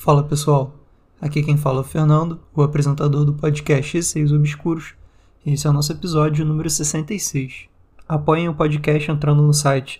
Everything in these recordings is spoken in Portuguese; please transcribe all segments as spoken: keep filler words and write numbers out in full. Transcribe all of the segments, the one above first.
Fala pessoal, aqui quem fala é o Fernando, o apresentador do podcast Receios Obscuros, e esse é o nosso episódio número sessenta e seis. Apoiem o podcast entrando no site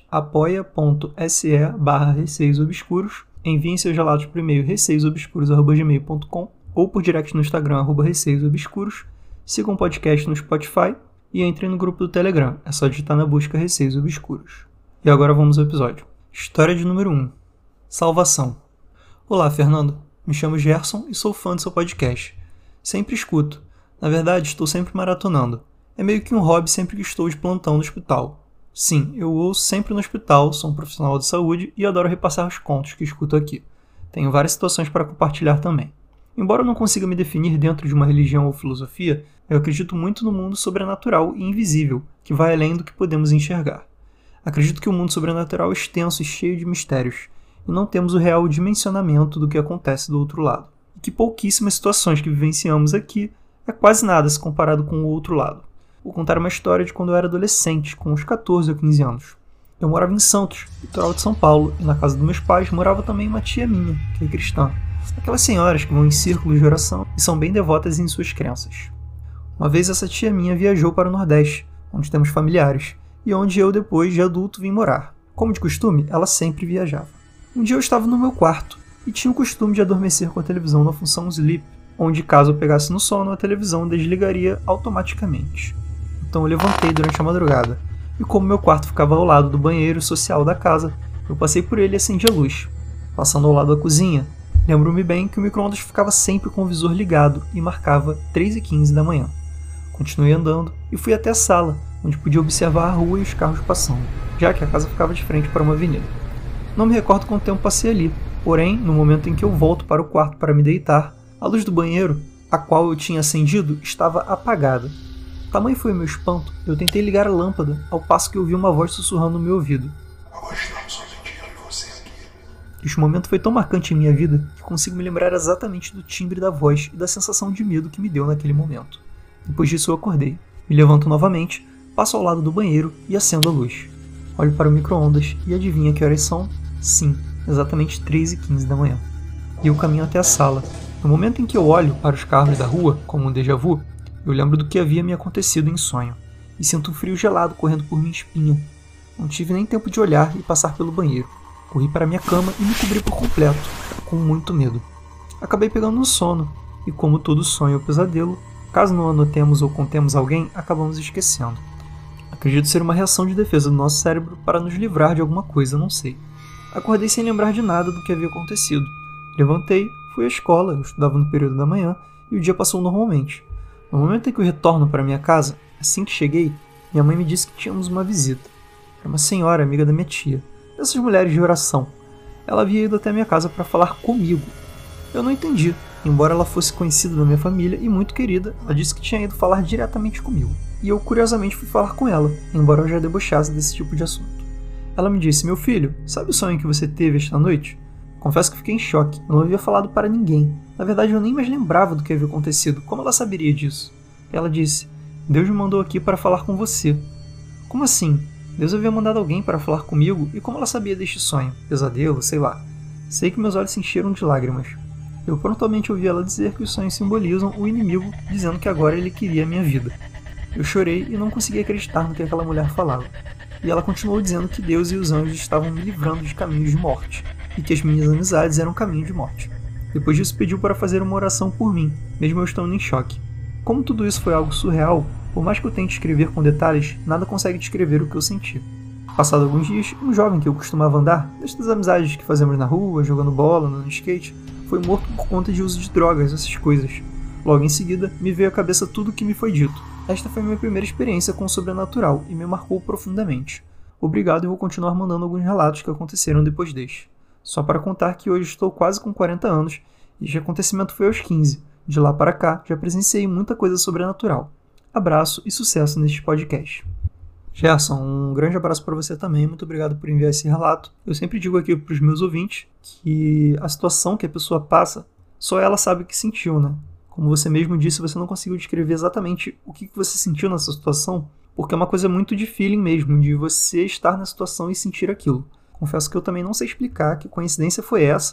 apoia.se barra Receios Obscuros, enviem seus relatos por e-mail receiosobscuros arroba gmail ponto com ou por direct no Instagram arroba Receios Obscuros, sigam o podcast no Spotify e entrem no grupo do Telegram, é só digitar na busca Receios Obscuros. E agora vamos ao episódio. História de número um. Salvação. Olá, Fernando. Me chamo Gerson e sou fã do seu podcast. Sempre escuto. Na verdade, estou sempre maratonando. É meio que um hobby sempre que estou de plantão no hospital. Sim, eu ouço sempre no hospital, sou um profissional de saúde e adoro repassar os contos que escuto aqui. Tenho várias situações para compartilhar também. Embora eu não consiga me definir dentro de uma religião ou filosofia, eu acredito muito no mundo sobrenatural e invisível, que vai além do que podemos enxergar. Acredito que o mundo sobrenatural é extenso e cheio de mistérios, e não temos o real dimensionamento do que acontece do outro lado. E que pouquíssimas situações que vivenciamos aqui é quase nada se comparado com o outro lado. Vou contar uma história de quando eu era adolescente, com uns catorze ou quinze anos. Eu morava em Santos, litoral de São Paulo, e na casa dos meus pais morava também uma tia minha, que é cristã. Aquelas senhoras que vão em círculos de oração e são bem devotas em suas crenças. Uma vez essa tia minha viajou para o Nordeste, onde temos familiares, e onde eu depois de adulto vim morar. Como de costume, ela sempre viajava. Um dia eu estava no meu quarto e tinha o costume de adormecer com a televisão na função sleep, onde caso eu pegasse no sono, a televisão desligaria automaticamente. Então eu levantei durante a madrugada, e como meu quarto ficava ao lado do banheiro social da casa, eu passei por ele e acendi a luz. Passando ao lado da cozinha, lembro-me bem que o micro-ondas ficava sempre com o visor ligado e marcava três e quinze da manhã. Continuei andando e fui até a sala, onde podia observar a rua e os carros passando, já que a casa ficava de frente para uma avenida. Não me recordo quanto tempo passei ali, porém, no momento em que eu volto para o quarto para me deitar, a luz do banheiro, a qual eu tinha acendido, estava apagada. Tamanho foi o meu espanto, eu tentei ligar a lâmpada, ao passo que ouvi uma voz sussurrando no meu ouvido. Agora estamos somente eu e você aqui. Este momento foi tão marcante em minha vida que consigo me lembrar exatamente do timbre da voz e da sensação de medo que me deu naquele momento. Depois disso eu acordei, me levanto novamente, passo ao lado do banheiro e acendo a luz. Olho para o micro-ondas e adivinha que horas são? Sim, exatamente três e quinze da manhã. E eu caminho até a sala. No momento em que eu olho para os carros da rua, como um déjà vu, eu lembro do que havia me acontecido em sonho, e sinto um frio gelado correndo por minha espinha. Não tive nem tempo de olhar e passar pelo banheiro. Corri para minha cama e me cobri por completo, com muito medo. Acabei pegando no sono, e como todo sonho ou pesadelo, caso não anotemos ou contemos alguém, acabamos esquecendo. Acredito ser uma reação de defesa do nosso cérebro para nos livrar de alguma coisa, não sei. Acordei sem lembrar de nada do que havia acontecido. Levantei, fui à escola, eu estudava no período da manhã, e o dia passou normalmente. No momento em que eu retorno para minha casa, assim que cheguei, minha mãe me disse que tínhamos uma visita. Era uma senhora amiga da minha tia, dessas mulheres de oração. Ela havia ido até minha casa para falar comigo. Eu não entendi, embora ela fosse conhecida da minha família e muito querida, ela disse que tinha ido falar diretamente comigo. E eu curiosamente fui falar com ela, embora eu já debochasse desse tipo de assunto. Ela me disse, meu filho, sabe o sonho que você teve esta noite? Confesso que fiquei em choque, eu não havia falado para ninguém. Na verdade eu nem mais lembrava do que havia acontecido, como ela saberia disso? Ela disse, Deus me mandou aqui para falar com você. Como assim? Deus havia mandado alguém para falar comigo e como ela sabia deste sonho? Pesadelo, sei lá. Sei que meus olhos se encheram de lágrimas. Eu prontamente ouvi ela dizer que os sonhos simbolizam o inimigo, dizendo que agora ele queria a minha vida. Eu chorei e não conseguia acreditar no que aquela mulher falava. E ela continuou dizendo que Deus e os anjos estavam me livrando de caminhos de morte, e que as minhas amizades eram caminho de morte. Depois disso pediu para fazer uma oração por mim, mesmo eu estando em choque. Como tudo isso foi algo surreal, por mais que eu tente escrever com detalhes, nada consegue descrever o que eu senti. Passado alguns dias, um jovem que eu costumava andar, destas amizades que fazemos na rua, jogando bola, no skate, foi morto por conta de uso de drogas, essas coisas. Logo em seguida, me veio à cabeça tudo o que me foi dito. Esta foi minha primeira experiência com o sobrenatural e me marcou profundamente. Obrigado e vou continuar mandando alguns relatos que aconteceram depois deste. Só para contar que hoje estou quase com quarenta anos e este acontecimento foi aos quinze. De lá para cá, já presenciei muita coisa sobrenatural. Abraço e sucesso neste podcast. Gerson, um grande abraço para você também, muito obrigado por enviar esse relato. Eu sempre digo aqui para os meus ouvintes que a situação que a pessoa passa, só ela sabe o que sentiu, né? Como você mesmo disse, você não conseguiu descrever exatamente o que você sentiu nessa situação, porque é uma coisa muito de feeling mesmo, de você estar na situação e sentir aquilo. Confesso que eu também não sei explicar que coincidência foi essa,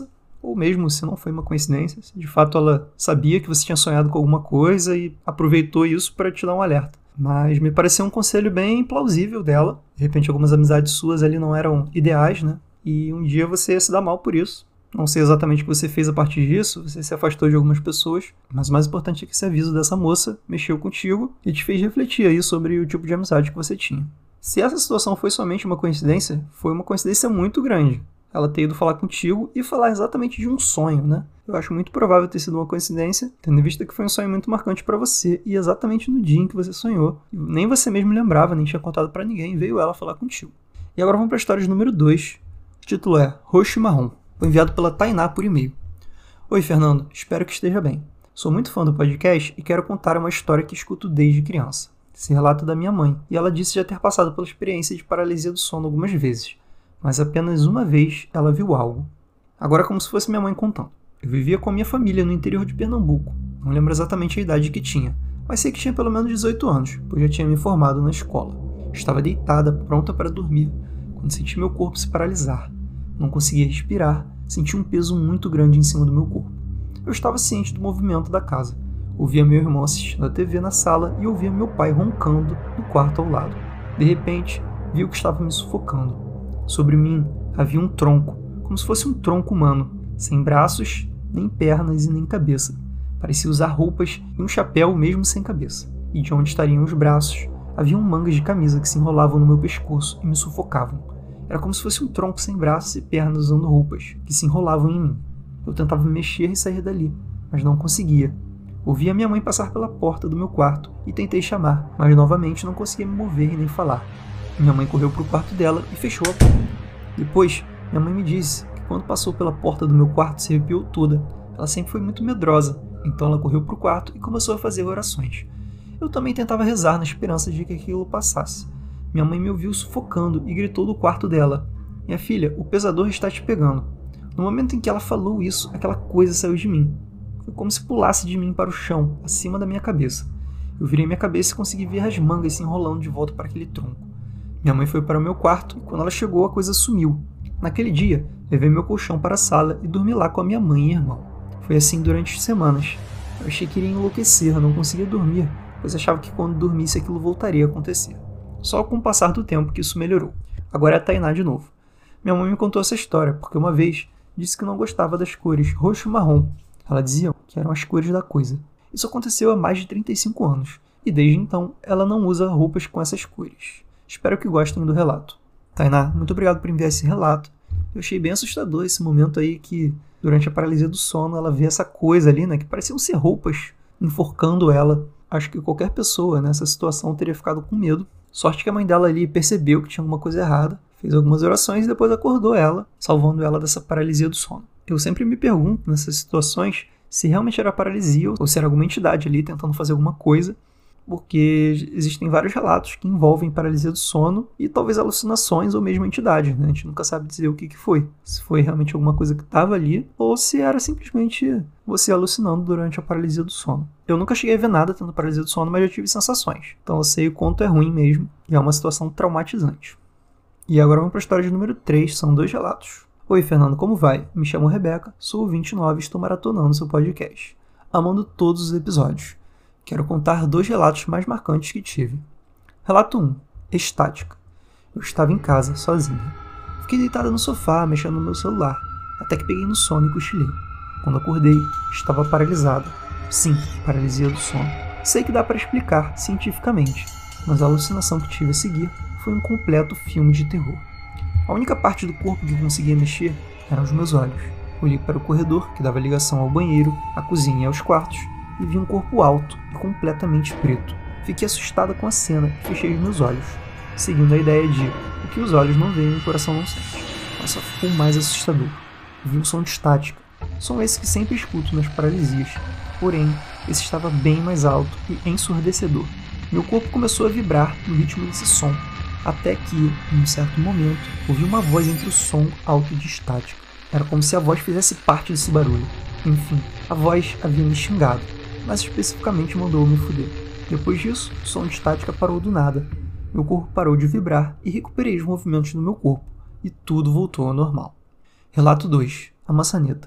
ou mesmo se não foi uma coincidência, se de fato ela sabia que você tinha sonhado com alguma coisa e aproveitou isso para te dar um alerta. Mas me pareceu um conselho bem plausível dela. De repente algumas amizades suas ali não eram ideais, né? E um dia você ia se dar mal por isso. Não sei exatamente o que você fez a partir disso, você se afastou de algumas pessoas, mas o mais importante é que esse aviso dessa moça mexeu contigo e te fez refletir aí sobre o tipo de amizade que você tinha. Se essa situação foi somente uma coincidência, foi uma coincidência muito grande. Ela ter ido falar contigo e falar exatamente de um sonho, né? Eu acho muito provável ter sido uma coincidência, tendo em vista que foi um sonho muito marcante pra você e exatamente no dia em que você sonhou. Nem você mesmo lembrava, nem tinha contado pra ninguém, veio ela falar contigo. E agora vamos pra história de número dois. O título é Roxo e Marrom. Foi enviado pela Tainá por e-mail. Oi, Fernando. Espero que esteja bem. Sou muito fã do podcast e quero contar uma história que escuto desde criança. Esse relato é da minha mãe, e ela disse já ter passado pela experiência de paralisia do sono algumas vezes, mas apenas uma vez ela viu algo. Agora é como se fosse minha mãe contando. Eu vivia com a minha família no interior de Pernambuco. Não lembro exatamente a idade que tinha, mas sei que tinha pelo menos dezoito anos, pois já tinha me formado na escola. Estava deitada, pronta para dormir, quando senti meu corpo se paralisar. Não conseguia respirar, senti um peso muito grande em cima do meu corpo. Eu estava ciente do movimento da casa. Ouvia meu irmão assistindo a T V na sala e ouvia meu pai roncando no quarto ao lado. De repente, vi o que estava me sufocando. Sobre mim havia um tronco, como se fosse um tronco humano, sem braços, nem pernas e nem cabeça. Parecia usar roupas e um chapéu mesmo sem cabeça. E de onde estariam os braços, haviam mangas de camisa que se enrolavam no meu pescoço e me sufocavam. Era como se fosse um tronco sem braços e pernas usando roupas, que se enrolavam em mim. Eu tentava me mexer e sair dali, mas não conseguia. Ouvi a minha mãe passar pela porta do meu quarto e tentei chamar, mas novamente não conseguia me mover e nem falar. Minha mãe correu para o quarto dela e fechou a porta. Depois, minha mãe me disse que quando passou pela porta do meu quarto se arrepiou toda. Ela sempre foi muito medrosa, então ela correu para o quarto e começou a fazer orações. Eu também tentava rezar na esperança de que aquilo passasse. Minha mãe me ouviu sufocando e gritou do quarto dela: "Minha filha, o pesador está te pegando." No momento em que ela falou isso, aquela coisa saiu de mim. Foi como se pulasse de mim para o chão, acima da minha cabeça. Eu virei minha cabeça e consegui ver as mangas se enrolando de volta para aquele tronco. Minha mãe foi para o meu quarto e quando ela chegou a coisa sumiu. Naquele dia, levei meu colchão para a sala e dormi lá com a minha mãe e irmão. Foi assim durante semanas. Eu achei que iria enlouquecer, não conseguia dormir, pois achava que quando dormisse aquilo voltaria a acontecer. Só com o passar do tempo que isso melhorou. Agora é a Tainá de novo. Minha mãe me contou essa história, porque uma vez disse que não gostava das cores roxo e marrom. Ela dizia que eram as cores da coisa. Isso aconteceu há mais de trinta e cinco anos, e desde então ela não usa roupas com essas cores. Espero que gostem do relato. Tainá, muito obrigado por enviar esse relato. Eu achei bem assustador esse momento aí que, durante a paralisia do sono, ela vê essa coisa ali, né, que pareciam ser roupas enforcando ela. Acho que qualquer pessoa nessa situação teria ficado com medo. Sorte que a mãe dela ali percebeu que tinha alguma coisa errada, fez algumas orações e depois acordou ela, salvando ela dessa paralisia do sono. Eu sempre me pergunto nessas situações se realmente era paralisia ou se era alguma entidade ali tentando fazer alguma coisa, porque existem vários relatos que envolvem paralisia do sono e talvez alucinações ou mesmo entidades, né? A gente nunca sabe dizer o que que foi. Se foi realmente alguma coisa que estava ali ou se era simplesmente você alucinando durante a paralisia do sono. Eu nunca cheguei a ver nada tendo paralisia do sono, mas já tive sensações. Então eu sei o quanto é ruim mesmo e é uma situação traumatizante. E agora vamos para a história de número três, são dois relatos. Oi, Fernando, como vai? Me chamo Rebeca, sou vinte e nove e estou maratonando seu podcast. Amando todos os episódios. Quero contar dois relatos mais marcantes que tive. Relato um. Estática. Eu estava em casa, sozinha. Fiquei deitada no sofá, mexendo no meu celular, até que peguei no sono e cochilei. Quando acordei, estava paralisada. Sim, paralisia do sono. Sei que dá para explicar cientificamente, mas a alucinação que tive a seguir foi um completo filme de terror. A única parte do corpo que conseguia mexer eram os meus olhos. Olhei para o corredor, que dava ligação ao banheiro, à cozinha e aos quartos, e vi um corpo alto e completamente preto. Fiquei assustada com a cena e fechei os meus olhos, seguindo a ideia de o que os olhos não veem e o coração não sente. Mas só ficou mais assustador. Vi um som de estática, som esse que sempre escuto nas paralisias, porém, esse estava bem mais alto e ensurdecedor. Meu corpo começou a vibrar no ritmo desse som, até que, em um certo momento, ouvi uma voz entre o som alto de estática. Era como se a voz fizesse parte desse barulho. Enfim, a voz havia me xingado, mas especificamente mandou me fuder. Depois disso, o som de estática parou do nada. Meu corpo parou de vibrar e recuperei os movimentos do meu corpo, e tudo voltou ao normal. Relato dois. A maçaneta.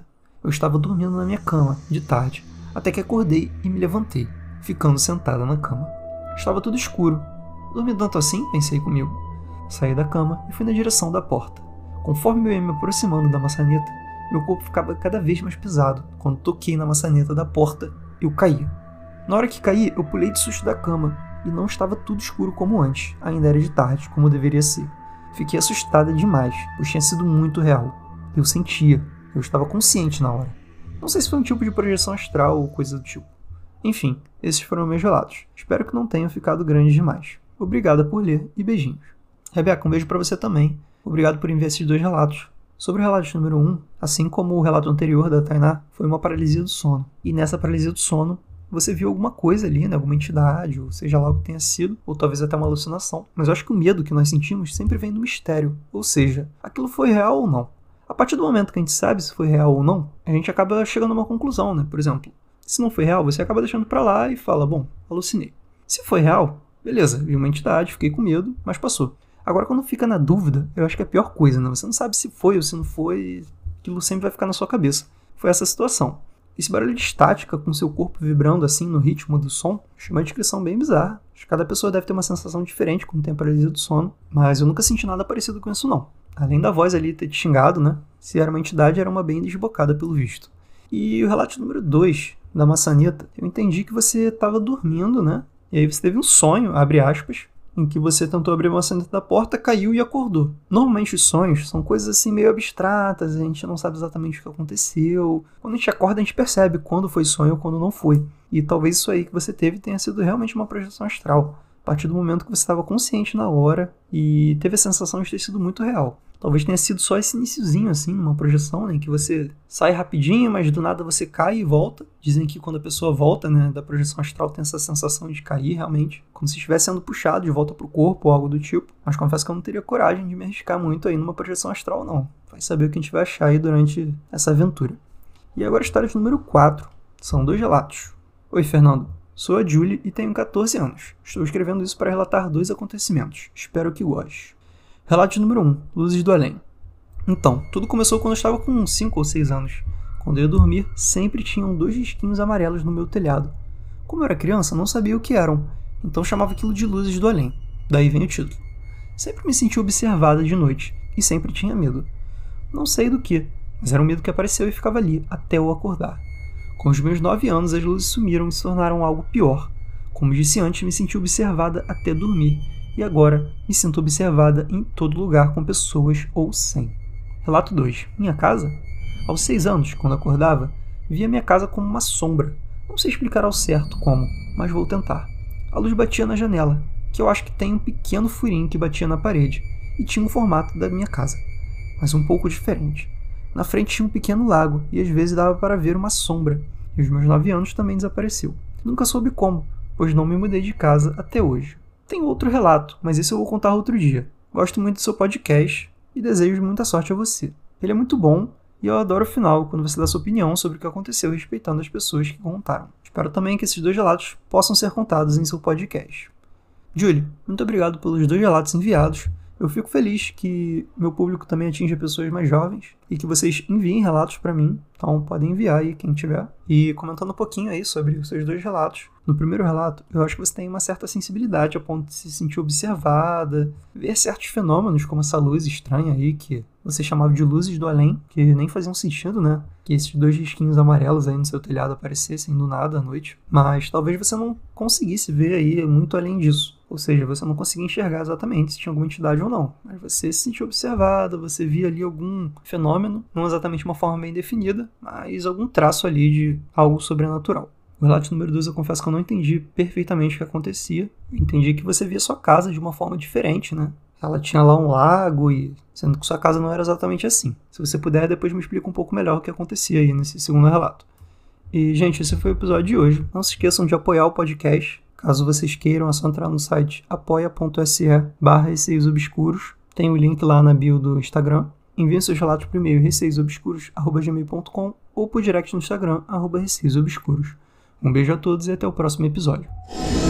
Eu estava dormindo na minha cama, de tarde, até que acordei e me levantei, ficando sentada na cama. Estava tudo escuro. Dormi tanto assim? Pensei comigo. Saí da cama e fui na direção da porta. Conforme eu ia me aproximando da maçaneta, meu corpo ficava cada vez mais pesado. Quando toquei na maçaneta da porta, eu caí. Na hora que caí, eu pulei de susto da cama e não estava tudo escuro como antes. Ainda era de tarde, como deveria ser. Fiquei assustada demais, pois tinha sido muito real. Eu sentia. Eu estava consciente na hora. Não sei se foi um tipo de projeção astral ou coisa do tipo. Enfim, esses foram meus relatos. Espero que não tenham ficado grandes demais. Obrigada por ler e beijinhos. Rebeca, um beijo pra você também. Obrigado por enviar esses dois relatos. Sobre o relato número um, assim como o relato anterior da Tainá, foi uma paralisia do sono. E nessa paralisia do sono, você viu alguma coisa ali, né? Alguma entidade, ou seja lá o que tenha sido, ou talvez até uma alucinação. Mas eu acho que o medo que nós sentimos sempre vem do mistério. Ou seja, aquilo foi real ou não. A partir do momento que a gente sabe se foi real ou não, a gente acaba chegando a uma conclusão, né? Por exemplo, se não foi real, você acaba deixando pra lá e fala, bom, alucinei. Se foi real, beleza, vi uma entidade, fiquei com medo, mas passou. Agora, quando fica na dúvida, eu acho que é a pior coisa, né? Você não sabe se foi ou se não foi, aquilo sempre vai ficar na sua cabeça. Foi essa situação. Esse barulho de estática com seu corpo vibrando assim no ritmo do som, acho uma descrição bem bizarra. Acho que cada pessoa deve ter uma sensação diferente quando tem a paralisia do sono, mas eu nunca senti nada parecido com isso não. Além da voz ali ter te xingado, né? Se era uma entidade, era uma bem desbocada pelo visto. E o relato número dois, da maçaneta, eu entendi que você estava dormindo, né? E aí você teve um sonho, abre aspas, em que você tentou abrir a maçaneta da porta, caiu e acordou. Normalmente os sonhos são coisas assim meio abstratas, a gente não sabe exatamente o que aconteceu. Quando a gente acorda, a gente percebe quando foi sonho ou quando não foi. E talvez isso aí que você teve tenha sido realmente uma projeção astral. A partir do momento que você estava consciente na hora e teve a sensação de ter sido muito real. Talvez tenha sido só esse iniciozinho, assim, uma projeção, né, em que você sai rapidinho, mas do nada você cai e volta. Dizem que quando a pessoa volta, né, da projeção astral tem essa sensação de cair, realmente, como se estivesse sendo puxado de volta pro corpo ou algo do tipo. Mas confesso que eu não teria coragem de me arriscar muito aí numa projeção astral, não. Vai saber o que a gente vai achar aí durante essa aventura. E agora a história de número quatro. São dois relatos. Oi, Fernando. Sou a Julie e tenho catorze anos. Estou escrevendo isso para relatar dois acontecimentos. Espero que goste. Relato número um. Luzes do Além. Então, tudo começou quando eu estava com uns cinco ou seis anos. Quando eu ia dormir, sempre tinham dois risquinhos amarelos no meu telhado. Como eu era criança, não sabia o que eram, então chamava aquilo de Luzes do Além. Daí vem o título. Sempre me senti observada de noite e sempre tinha medo. Não sei do que, mas era um medo que apareceu e ficava ali até eu acordar. Com os meus nove anos, as luzes sumiram e se tornaram algo pior. Como disse antes, me senti observada até dormir. E agora, me sinto observada em todo lugar com pessoas ou sem. Relato dois. Minha casa? Aos seis anos, quando acordava, via minha casa como uma sombra. Não sei explicar ao certo como, mas vou tentar. A luz batia na janela, que eu acho que tem um pequeno furinho que batia na parede, e tinha o formato da minha casa, mas um pouco diferente. Na frente tinha um pequeno lago, e às vezes dava para ver uma sombra, e os meus nove anos também desapareceu. Nunca soube como, pois não me mudei de casa até hoje. Tem outro relato, mas esse eu vou contar outro dia. Gosto muito do seu podcast e desejo muita sorte a você. Ele é muito bom e eu adoro o final, quando você dá sua opinião sobre o que aconteceu respeitando as pessoas que contaram. Espero também que esses dois relatos possam ser contados em seu podcast. Julie, muito obrigado pelos dois relatos enviados. Eu fico feliz que meu público também atinja pessoas mais jovens e que vocês enviem relatos para mim, então podem enviar aí quem tiver. E comentando um pouquinho aí sobre os seus dois relatos. No primeiro relato, eu acho que você tem uma certa sensibilidade a ponto de se sentir observada, ver certos fenômenos como essa luz estranha aí que você chamava de luzes do além, que nem faziam sentido, né? Que esses dois risquinhos amarelos aí no seu telhado aparecessem do nada à noite. Mas talvez você não conseguisse ver aí muito além disso. Ou seja, você não conseguia enxergar exatamente se tinha alguma entidade ou não. Mas você se sentiu observada, você via ali algum fenômeno, não exatamente uma forma bem definida, mas algum traço ali de algo sobrenatural. O relato número dois eu confesso que eu não entendi perfeitamente o que acontecia. Eu entendi que você via sua casa de uma forma diferente, né? Ela tinha lá um lago, e sendo que sua casa não era exatamente assim. Se você puder, depois me explica um pouco melhor o que acontecia aí nesse segundo relato. E, gente, esse foi o episódio de hoje. Não se esqueçam de apoiar o podcast. Caso vocês queiram, é só entrar no site apoia.se barra receios obscuros. Tem o link lá na bio do Instagram. Enviem seus relatos por e-mail receiosobscuros arroba gmail ponto com ou por direct no Instagram, arroba receiosobscuros. Um beijo a todos e até o próximo episódio.